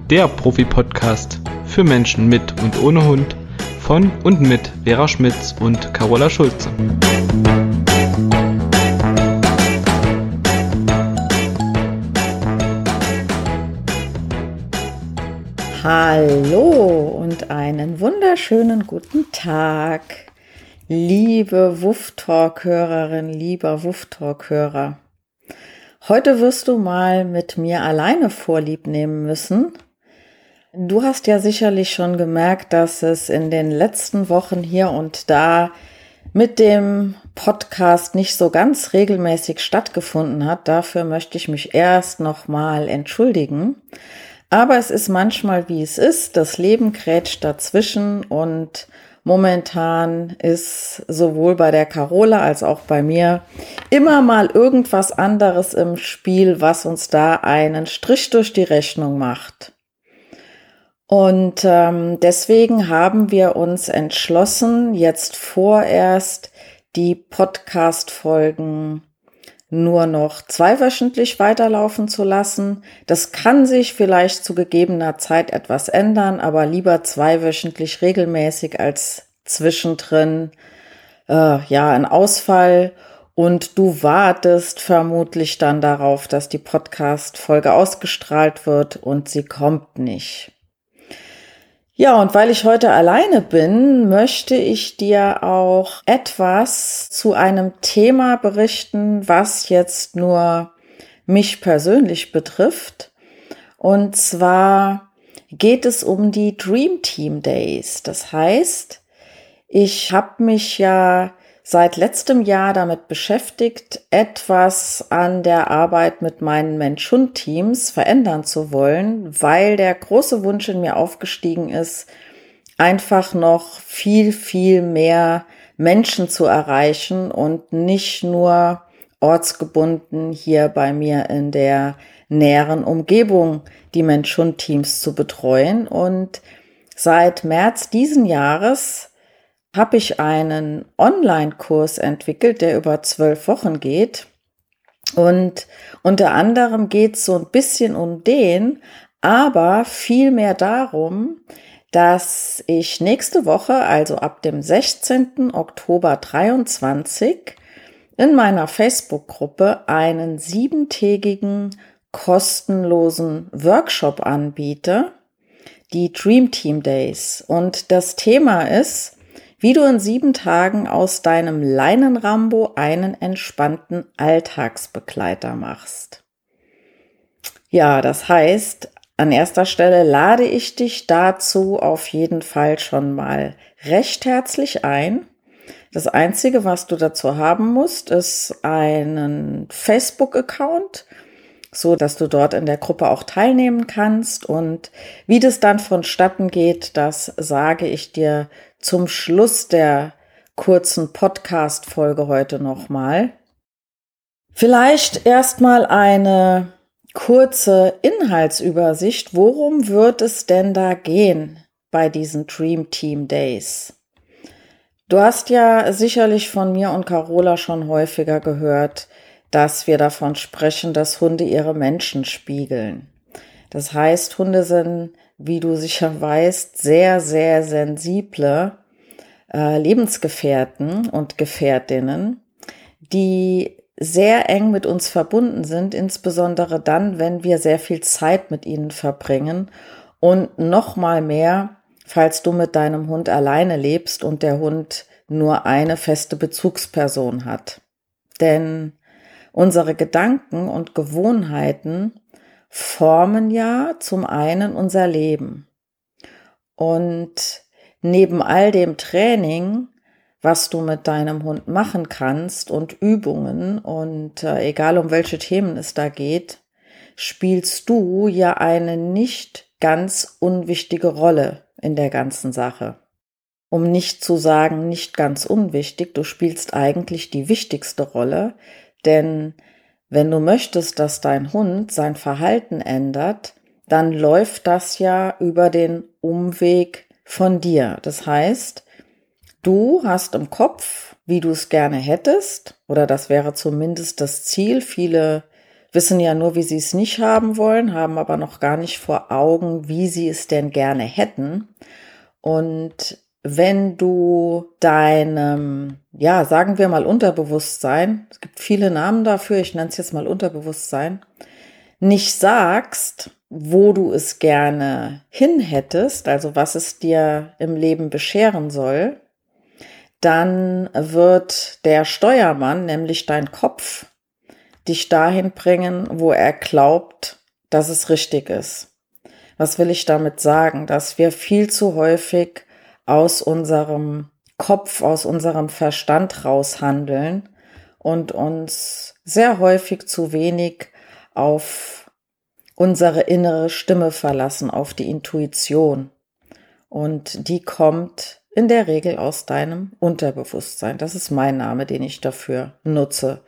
der Profi-Podcast für Menschen mit und ohne Hund von und mit Vera Schmitz und Carola Schulze. Hallo und einen wunderschönen guten Tag, liebe Wuff-Talk-Hörerin, lieber Wuff-Talk-Hörer. Heute wirst du mal mit mir alleine Vorlieb nehmen müssen. Du hast ja sicherlich schon gemerkt, dass es in den letzten Wochen hier und da mit dem Podcast nicht so ganz regelmäßig stattgefunden hat. Dafür möchte ich mich erst nochmal entschuldigen. Aber es ist manchmal, wie es ist. Das Leben grätscht dazwischen und momentan ist sowohl bei der Carola als auch bei mir immer mal irgendwas anderes im Spiel, was uns da einen Strich durch die Rechnung macht. Und deswegen haben wir uns entschlossen, jetzt vorerst die Podcast-Folgen nur noch zweiwöchentlich weiterlaufen zu lassen. Das kann sich vielleicht zu gegebener Zeit etwas ändern, aber lieber zweiwöchentlich regelmäßig als zwischendrin ein Ausfall. Und du wartest vermutlich dann darauf, dass die Podcast-Folge ausgestrahlt wird und sie kommt nicht. Ja, und weil ich heute alleine bin, möchte ich dir auch etwas zu einem Thema berichten, was jetzt nur mich persönlich betrifft. Und zwar geht es um die Dream Team Days. Das heißt, ich habe mich ja seit letztem Jahr damit beschäftigt, etwas an der Arbeit mit meinen Mensch-Hund-Teams verändern zu wollen, weil der große Wunsch in mir aufgestiegen ist, einfach noch viel, viel mehr Menschen zu erreichen und nicht nur ortsgebunden hier bei mir in der näheren Umgebung die Mensch-Hund-Teams zu betreuen. Und seit März diesen Jahres habe ich einen Online-Kurs entwickelt, der über 12 Wochen geht. Und unter anderem geht es so ein bisschen um den, aber vielmehr darum, dass ich nächste Woche, also ab dem 16. Oktober 2023, in meiner Facebook-Gruppe einen 7-tägigen kostenlosen Workshop anbiete, die Dream Team Days. Und das Thema ist, wie du in 7 Tagen aus deinem Leinen-Rambo einen entspannten Alltagsbegleiter machst. Ja, das heißt, an erster Stelle lade ich dich dazu auf jeden Fall schon mal recht herzlich ein. Das Einzige, was du dazu haben musst, ist einen Facebook-Account, so dass du dort in der Gruppe auch teilnehmen kannst. Und wie das dann vonstatten geht, das sage ich dir zum Schluss der kurzen Podcast-Folge heute nochmal. Vielleicht erstmal eine kurze Inhaltsübersicht. Worum wird es denn da gehen bei diesen Dream Team Days? Du hast ja sicherlich von mir und Carola schon häufiger gehört, dass wir davon sprechen, dass Hunde ihre Menschen spiegeln. Das heißt, Hunde sind, wie du sicher weißt, sehr, sehr sensible Lebensgefährten und Gefährtinnen, die sehr eng mit uns verbunden sind, insbesondere dann, wenn wir sehr viel Zeit mit ihnen verbringen und noch mal mehr, falls du mit deinem Hund alleine lebst und der Hund nur eine feste Bezugsperson hat. Denn unsere Gedanken und Gewohnheiten formen ja zum einen unser Leben. Und neben all dem Training, was du mit deinem Hund machen kannst und Übungen und egal um welche Themen es da geht, spielst du ja eine nicht ganz unwichtige Rolle in der ganzen Sache. Um nicht zu sagen, nicht ganz unwichtig, du spielst eigentlich die wichtigste Rolle, denn wenn du möchtest, dass dein Hund sein Verhalten ändert, dann läuft das ja über den Umweg von dir. Das heißt, du hast im Kopf, wie du es gerne hättest, oder das wäre zumindest das Ziel. Viele wissen ja nur, wie sie es nicht haben wollen, haben aber noch gar nicht vor Augen, wie sie es denn gerne hätten. Und wenn du deinem, ja, sagen wir mal Unterbewusstsein, es gibt viele Namen dafür, ich nenne es jetzt mal Unterbewusstsein, nicht sagst, wo du es gerne hin hättest, also was es dir im Leben bescheren soll, dann wird der Steuermann, nämlich dein Kopf, dich dahin bringen, wo er glaubt, dass es richtig ist. Was will ich damit sagen? Dass wir viel zu häufig aus unserem Kopf, aus unserem Verstand raus handeln und uns sehr häufig zu wenig auf unsere innere Stimme verlassen, auf die Intuition. Und die kommt in der Regel aus deinem Unterbewusstsein. Das ist mein Name, den ich dafür nutze.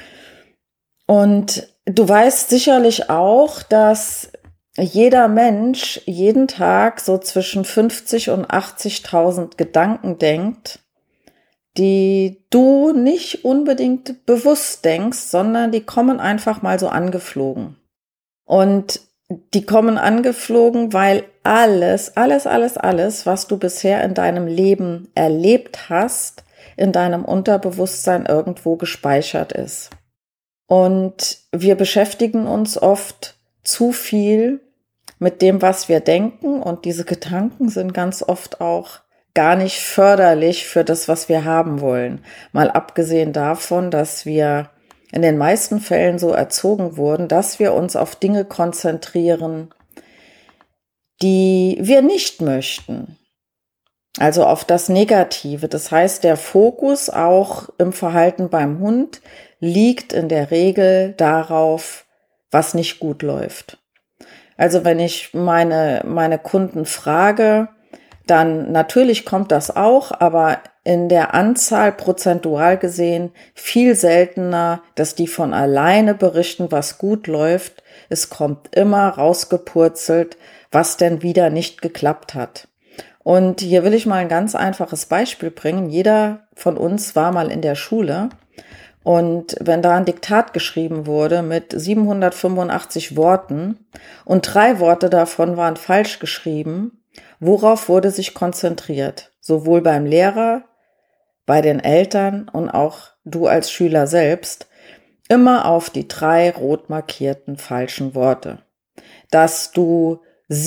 Und du weißt sicherlich auch, dass jeder Mensch jeden Tag so zwischen 50 und 80.000 Gedanken denkt, die du nicht unbedingt bewusst denkst, sondern die kommen einfach mal so angeflogen. Und die kommen angeflogen, weil alles, was du bisher in deinem Leben erlebt hast, in deinem Unterbewusstsein irgendwo gespeichert ist. Und wir beschäftigen uns oft zu viel mit dem, was wir denken. Und diese Gedanken sind ganz oft auch gar nicht förderlich für das, was wir haben wollen. Mal abgesehen davon, dass wir in den meisten Fällen so erzogen wurden, dass wir uns auf Dinge konzentrieren, die wir nicht möchten. Also auf das Negative. Das heißt, der Fokus auch im Verhalten beim Hund liegt in der Regel darauf, was nicht gut läuft. Also wenn ich meine Kunden frage, dann natürlich kommt das auch, aber in der Anzahl prozentual gesehen viel seltener, dass die von alleine berichten, was gut läuft. Es kommt immer rausgepurzelt, was denn wieder nicht geklappt hat. Und hier will ich mal ein ganz einfaches Beispiel bringen. Jeder von uns war mal in der Schule. Und wenn da ein Diktat geschrieben wurde mit 785 Worten und 3 Worte davon waren falsch geschrieben, worauf wurde sich konzentriert? Sowohl beim Lehrer, bei den Eltern und auch du als Schüler selbst, immer auf die 3 rot markierten falschen Worte. Dass du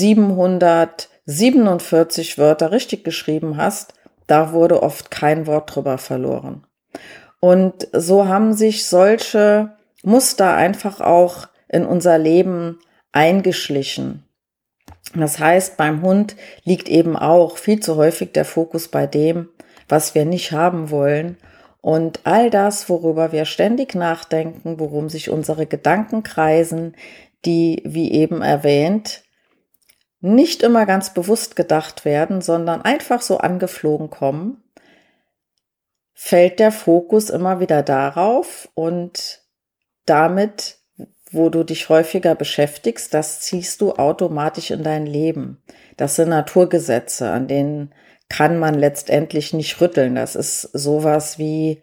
747 Wörter richtig geschrieben hast, da wurde oft kein Wort drüber verloren. Und so haben sich solche Muster einfach auch in unser Leben eingeschlichen. Das heißt, beim Hund liegt eben auch viel zu häufig der Fokus bei dem, was wir nicht haben wollen. Und all das, worüber wir ständig nachdenken, worum sich unsere Gedanken kreisen, die, wie eben erwähnt, nicht immer ganz bewusst gedacht werden, sondern einfach so angeflogen kommen, fällt der Fokus immer wieder darauf und damit, wo du dich häufiger beschäftigst, das ziehst du automatisch in dein Leben. Das sind Naturgesetze, an denen kann man letztendlich nicht rütteln. Das ist sowas wie,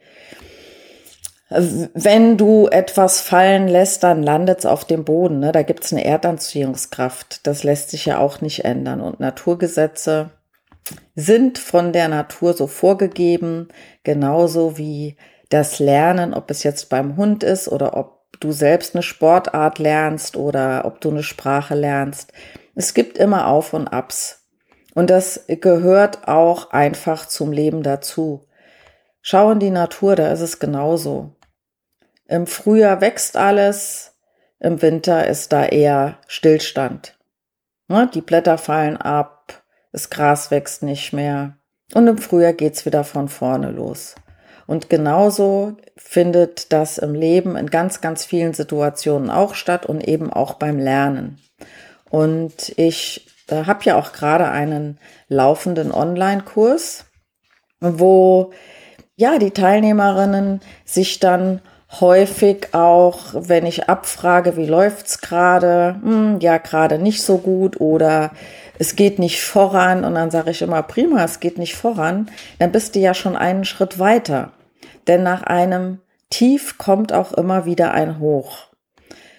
wenn du etwas fallen lässt, dann landet es auf dem Boden. Ne? Da gibt es eine Erdanziehungskraft. Das lässt sich ja auch nicht ändern. Und Naturgesetze sind von der Natur so vorgegeben, genauso wie das Lernen, ob es jetzt beim Hund ist oder ob du selbst eine Sportart lernst oder ob du eine Sprache lernst. Es gibt immer Auf und Abs. Und das gehört auch einfach zum Leben dazu. Schau in die Natur, da ist es genauso. Im Frühjahr wächst alles, im Winter ist da eher Stillstand. Die Blätter fallen ab, das Gras wächst nicht mehr und im Frühjahr geht's wieder von vorne los. Und genauso findet das im Leben in ganz, ganz vielen Situationen auch statt und eben auch beim Lernen. Und ich habe ja auch gerade einen laufenden Online-Kurs, wo ja die Teilnehmerinnen sich dann häufig auch, wenn ich abfrage, wie läuft's gerade, ja gerade nicht so gut oder es geht nicht voran und dann sage ich immer, prima, es geht nicht voran, dann bist du ja schon einen Schritt weiter. Denn nach einem Tief kommt auch immer wieder ein Hoch.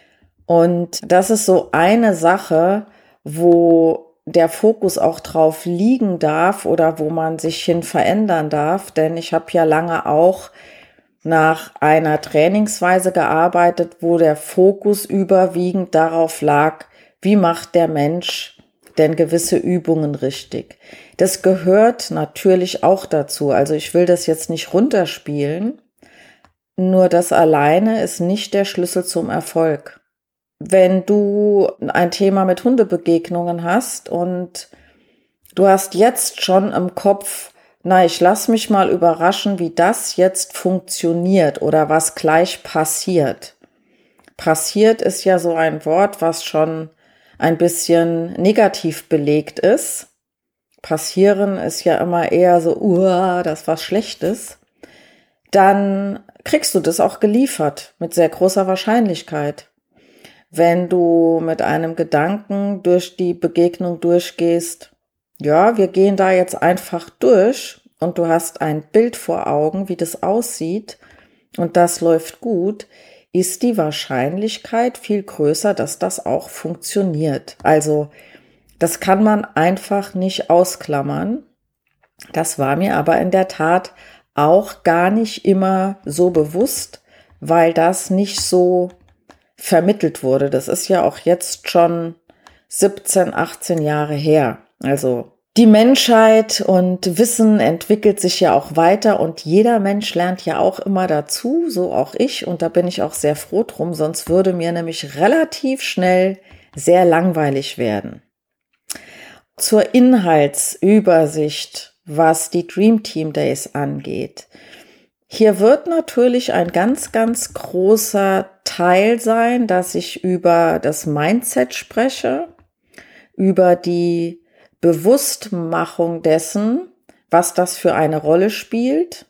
Und das ist so eine Sache, wo der Fokus auch drauf liegen darf oder wo man sich hin verändern darf. Denn ich habe ja lange auch nach einer Trainingsweise gearbeitet, wo der Fokus überwiegend darauf lag, wie macht der Mensch denn gewisse Übungen richtig. Das gehört natürlich auch dazu. Also ich will das jetzt nicht runterspielen, nur das alleine ist nicht der Schlüssel zum Erfolg. Wenn du ein Thema mit Hundebegegnungen hast und du hast jetzt schon im Kopf, na, ich lass mich mal überraschen, wie das jetzt funktioniert oder was gleich passiert. Passiert ist ja so ein Wort, was schon ein bisschen negativ belegt ist. Passieren ist ja immer eher so, das ist was Schlechtes. Dann kriegst du das auch geliefert mit sehr großer Wahrscheinlichkeit. Wenn du mit einem Gedanken durch die Begegnung durchgehst, ja, wir gehen da jetzt einfach durch und du hast ein Bild vor Augen, wie das aussieht und das läuft gut, ist die Wahrscheinlichkeit viel größer, dass das auch funktioniert. Also das kann man einfach nicht ausklammern. Das war mir aber in der Tat auch gar nicht immer so bewusst, weil das nicht so vermittelt wurde. Das ist ja auch jetzt schon 17, 18 Jahre her. Also die Menschheit und Wissen entwickelt sich ja auch weiter und jeder Mensch lernt ja auch immer dazu, so auch ich. Und da bin ich auch sehr froh drum, sonst würde mir nämlich relativ schnell sehr langweilig werden. Zur Inhaltsübersicht, was die Dream Team Days angeht. Hier wird natürlich ein ganz, ganz großer Teil sein, dass ich über das Mindset spreche, über die Bewusstmachung dessen, was das für eine Rolle spielt.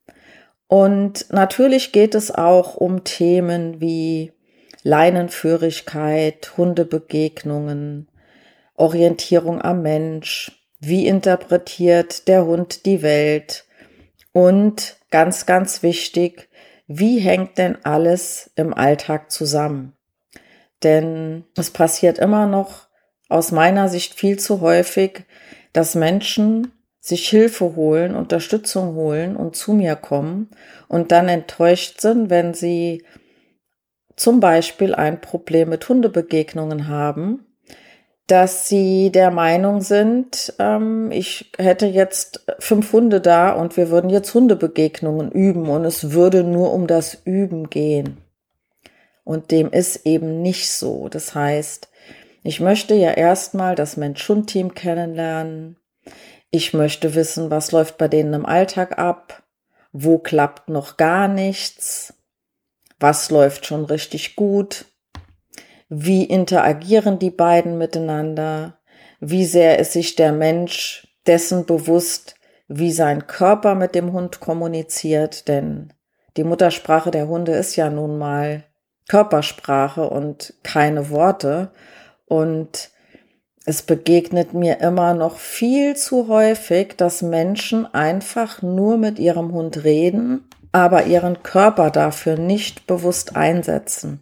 Und natürlich geht es auch um Themen wie Leinenführigkeit, Hundebegegnungen, Orientierung am Mensch, wie interpretiert der Hund die Welt und ganz, ganz wichtig, wie hängt denn alles im Alltag zusammen? Denn es passiert immer noch aus meiner Sicht viel zu häufig, dass Menschen sich Hilfe holen, Unterstützung holen und zu mir kommen und dann enttäuscht sind, wenn sie zum Beispiel ein Problem mit Hundebegegnungen haben, dass sie der Meinung sind, ich hätte jetzt 5 Hunde da und wir würden jetzt Hundebegegnungen üben und es würde nur um das Üben gehen. Und dem ist eben nicht so. Das heißt, ich möchte ja erstmal das Mensch-Hund-Team kennenlernen. Ich möchte wissen, was läuft bei denen im Alltag ab, wo klappt noch gar nichts, was läuft schon richtig gut, wie interagieren die beiden miteinander, wie sehr ist sich der Mensch dessen bewusst, wie sein Körper mit dem Hund kommuniziert, denn die Muttersprache der Hunde ist ja nun mal Körpersprache und keine Worte. Und es begegnet mir immer noch viel zu häufig, dass Menschen einfach nur mit ihrem Hund reden, aber ihren Körper dafür nicht bewusst einsetzen.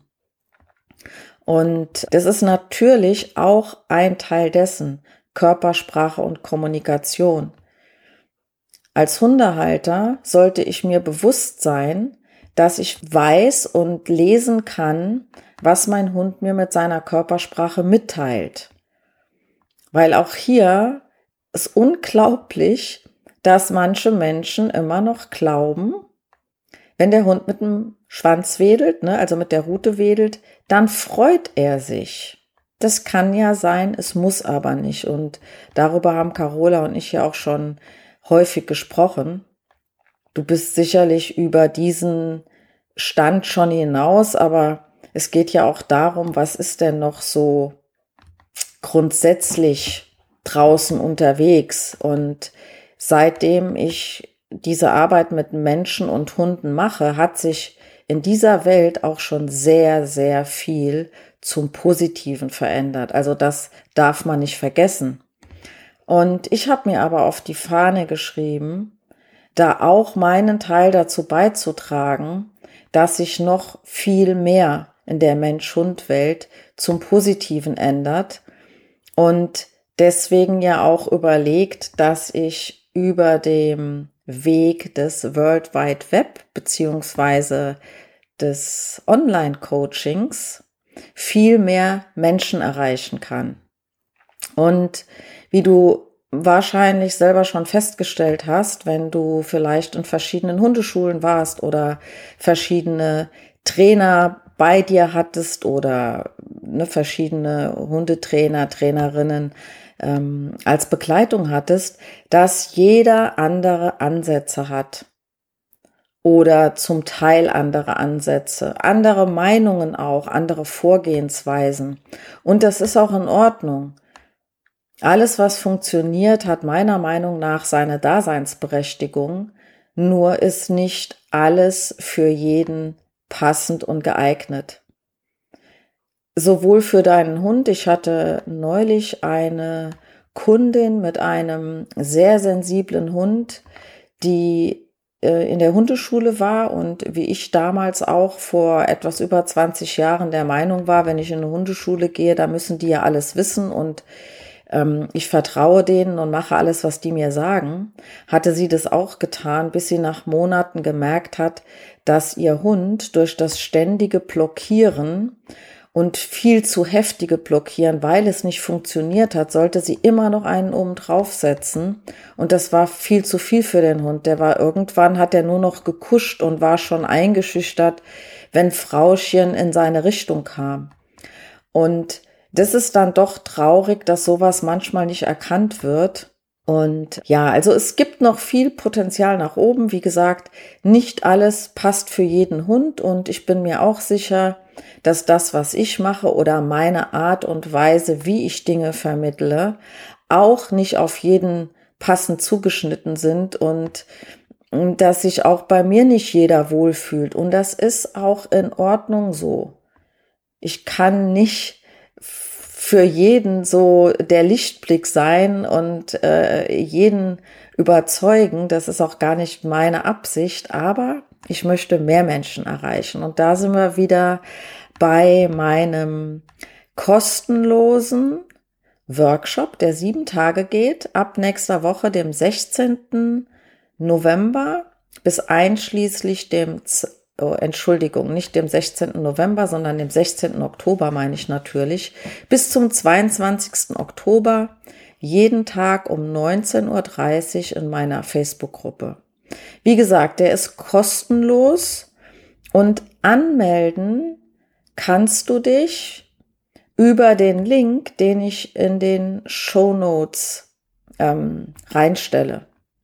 Und das ist natürlich auch ein Teil dessen, Körpersprache und Kommunikation. Als Hundehalter sollte ich mir bewusst sein, dass ich weiß und lesen kann, was mein Hund mir mit seiner Körpersprache mitteilt. Weil auch hier ist unglaublich, dass manche Menschen immer noch glauben, wenn der Hund mit dem Schwanz wedelt, also mit der Rute wedelt, dann freut er sich. Das kann ja sein, es muss aber nicht. Und darüber haben Carola und ich ja auch schon häufig gesprochen. Du bist sicherlich über diesen Stand schon hinaus, aber es geht ja auch darum, was ist denn noch so grundsätzlich draußen unterwegs. Und seitdem ich diese Arbeit mit Menschen und Hunden mache, hat sich in dieser Welt auch schon sehr, sehr viel zum Positiven verändert. Also das darf man nicht vergessen. Und ich habe mir aber auf die Fahne geschrieben, da auch meinen Teil dazu beizutragen, dass sich noch viel mehr in der Mensch-Hund-Welt zum Positiven ändert und deswegen ja auch überlegt, dass ich über dem Weg des World Wide Web beziehungsweise des Online-Coachings viel mehr Menschen erreichen kann. Und wie du wahrscheinlich selber schon festgestellt hast, wenn du vielleicht in verschiedenen Hundeschulen warst oder verschiedene Trainer bei dir hattest oder verschiedene Hundetrainer, Trainerinnen als Begleitung hattest, dass jeder andere Ansätze hat oder zum Teil andere Ansätze, andere Meinungen auch, andere Vorgehensweisen. Und das ist auch in Ordnung. Alles, was funktioniert, hat meiner Meinung nach seine Daseinsberechtigung, nur ist nicht alles für jeden passend und geeignet. Sowohl für deinen Hund, ich hatte neulich eine Kundin mit einem sehr sensiblen Hund, die in der Hundeschule war und wie ich damals auch vor etwas über 20 Jahren der Meinung war, wenn ich in eine Hundeschule gehe, da müssen die ja alles wissen und ich vertraue denen und mache alles, was die mir sagen, hatte sie das auch getan, bis sie nach Monaten gemerkt hat, dass ihr Hund durch das ständige Blockieren und viel zu heftige Blockieren, weil es nicht funktioniert hat, sollte sie immer noch einen oben draufsetzen. Und das war viel zu viel für den Hund. Irgendwann hat er nur noch gekuscht und war schon eingeschüchtert, wenn Frauchen in seine Richtung kam. Und das ist dann doch traurig, dass sowas manchmal nicht erkannt wird. Und ja, also es gibt noch viel Potenzial nach oben. Wie gesagt, nicht alles passt für jeden Hund und ich bin mir auch sicher, dass das, was ich mache oder meine Art und Weise, wie ich Dinge vermittle, auch nicht auf jeden passend zugeschnitten sind und dass sich auch bei mir nicht jeder wohlfühlt. Und das ist auch in Ordnung so. Ich kann nicht für jeden so der Lichtblick sein und jeden überzeugen. Das ist auch gar nicht meine Absicht, aber ich möchte mehr Menschen erreichen. Und da sind wir wieder bei meinem kostenlosen Workshop, der 7 Tage geht, ab nächster Woche, dem 16. November bis einschließlich nicht dem 16. November, sondern dem 16. Oktober meine ich natürlich, bis zum 22. Oktober, jeden Tag um 19:30 Uhr in meiner Facebook-Gruppe. Wie gesagt, der ist kostenlos und anmelden kannst du dich über den Link, den ich in den Shownotes reinstelle.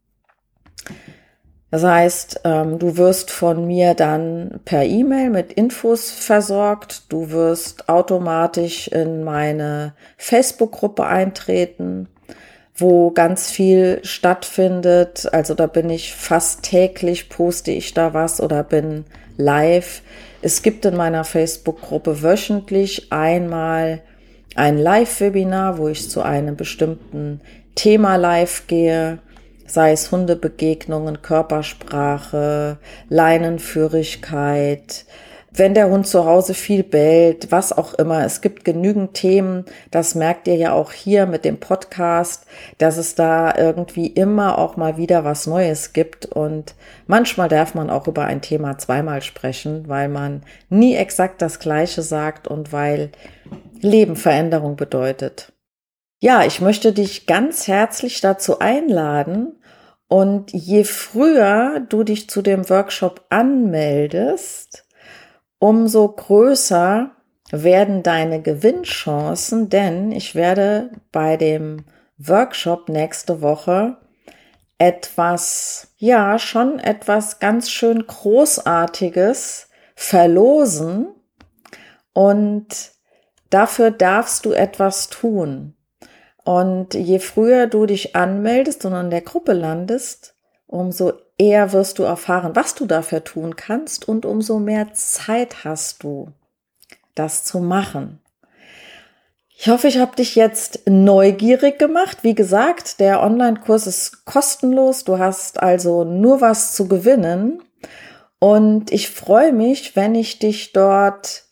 Das heißt, du wirst von mir dann per E-Mail mit Infos versorgt. Du wirst automatisch in meine Facebook-Gruppe eintreten, wo ganz viel stattfindet. Also da bin ich fast täglich, poste ich da was oder bin live. Es gibt in meiner Facebook-Gruppe wöchentlich einmal ein Live-Webinar, wo ich zu einem bestimmten Thema live gehe. Sei es Hundebegegnungen, Körpersprache, Leinenführigkeit, wenn der Hund zu Hause viel bellt, was auch immer. Es gibt genügend Themen, das merkt ihr ja auch hier mit dem Podcast, dass es da irgendwie immer auch mal wieder was Neues gibt. Und manchmal darf man auch über ein Thema zweimal sprechen, weil man nie exakt das Gleiche sagt und weil Leben Veränderung bedeutet. Ja, ich möchte dich ganz herzlich dazu einladen und je früher du dich zu dem Workshop anmeldest, umso größer werden deine Gewinnchancen, denn ich werde bei dem Workshop nächste Woche etwas ganz schön Großartiges verlosen und dafür darfst du etwas tun. Und je früher du dich anmeldest und in der Gruppe landest, umso eher wirst du erfahren, was du dafür tun kannst und umso mehr Zeit hast du, das zu machen. Ich hoffe, ich habe dich jetzt neugierig gemacht. Wie gesagt, der Online-Kurs ist kostenlos. Du hast also nur was zu gewinnen. Und ich freue mich, wenn ich dich dort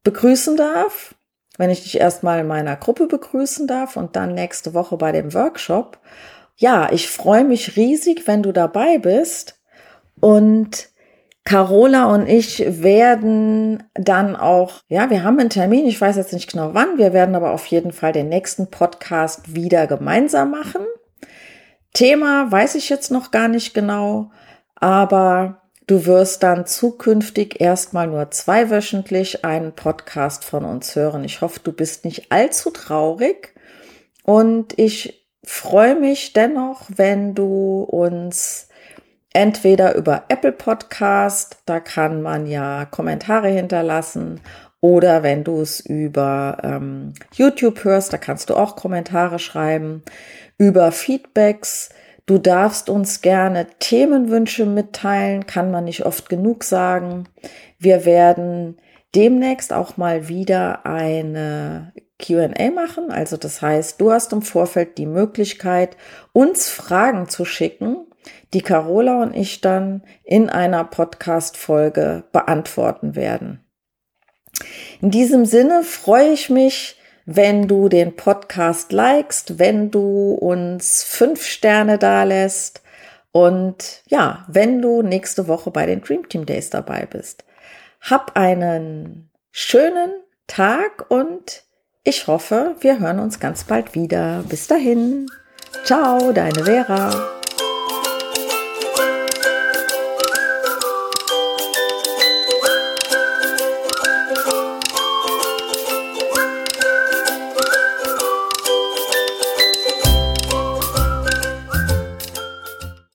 begrüßen darf, wenn ich dich erstmal in meiner Gruppe begrüßen darf und dann nächste Woche bei dem Workshop. Ja, ich freue mich riesig, wenn du dabei bist, und Carola und ich werden dann auch, ja, wir haben einen Termin, ich weiß jetzt nicht genau wann, wir werden aber auf jeden Fall den nächsten Podcast wieder gemeinsam machen. Thema weiß ich jetzt noch gar nicht genau, aber du wirst dann zukünftig erstmal nur 2-wöchentlich einen Podcast von uns hören. Ich hoffe, du bist nicht allzu traurig, und ich freue mich dennoch, wenn du uns entweder über Apple Podcast, da kann man ja Kommentare hinterlassen, oder wenn du es über YouTube hörst, da kannst du auch Kommentare schreiben, über Feedbacks. Du darfst uns gerne Themenwünsche mitteilen, kann man nicht oft genug sagen. Wir werden demnächst auch mal wieder eine Q&A machen, also das heißt, du hast im Vorfeld die Möglichkeit, uns Fragen zu schicken, die Carola und ich dann in einer Podcast-Folge beantworten werden. In diesem Sinne freue ich mich, wenn du den Podcast likest, wenn du uns 5 Sterne dalässt und ja, wenn du nächste Woche bei den Dream Team Days dabei bist. Hab einen schönen Tag und ich hoffe, wir hören uns ganz bald wieder. Bis dahin. Ciao, deine Vera.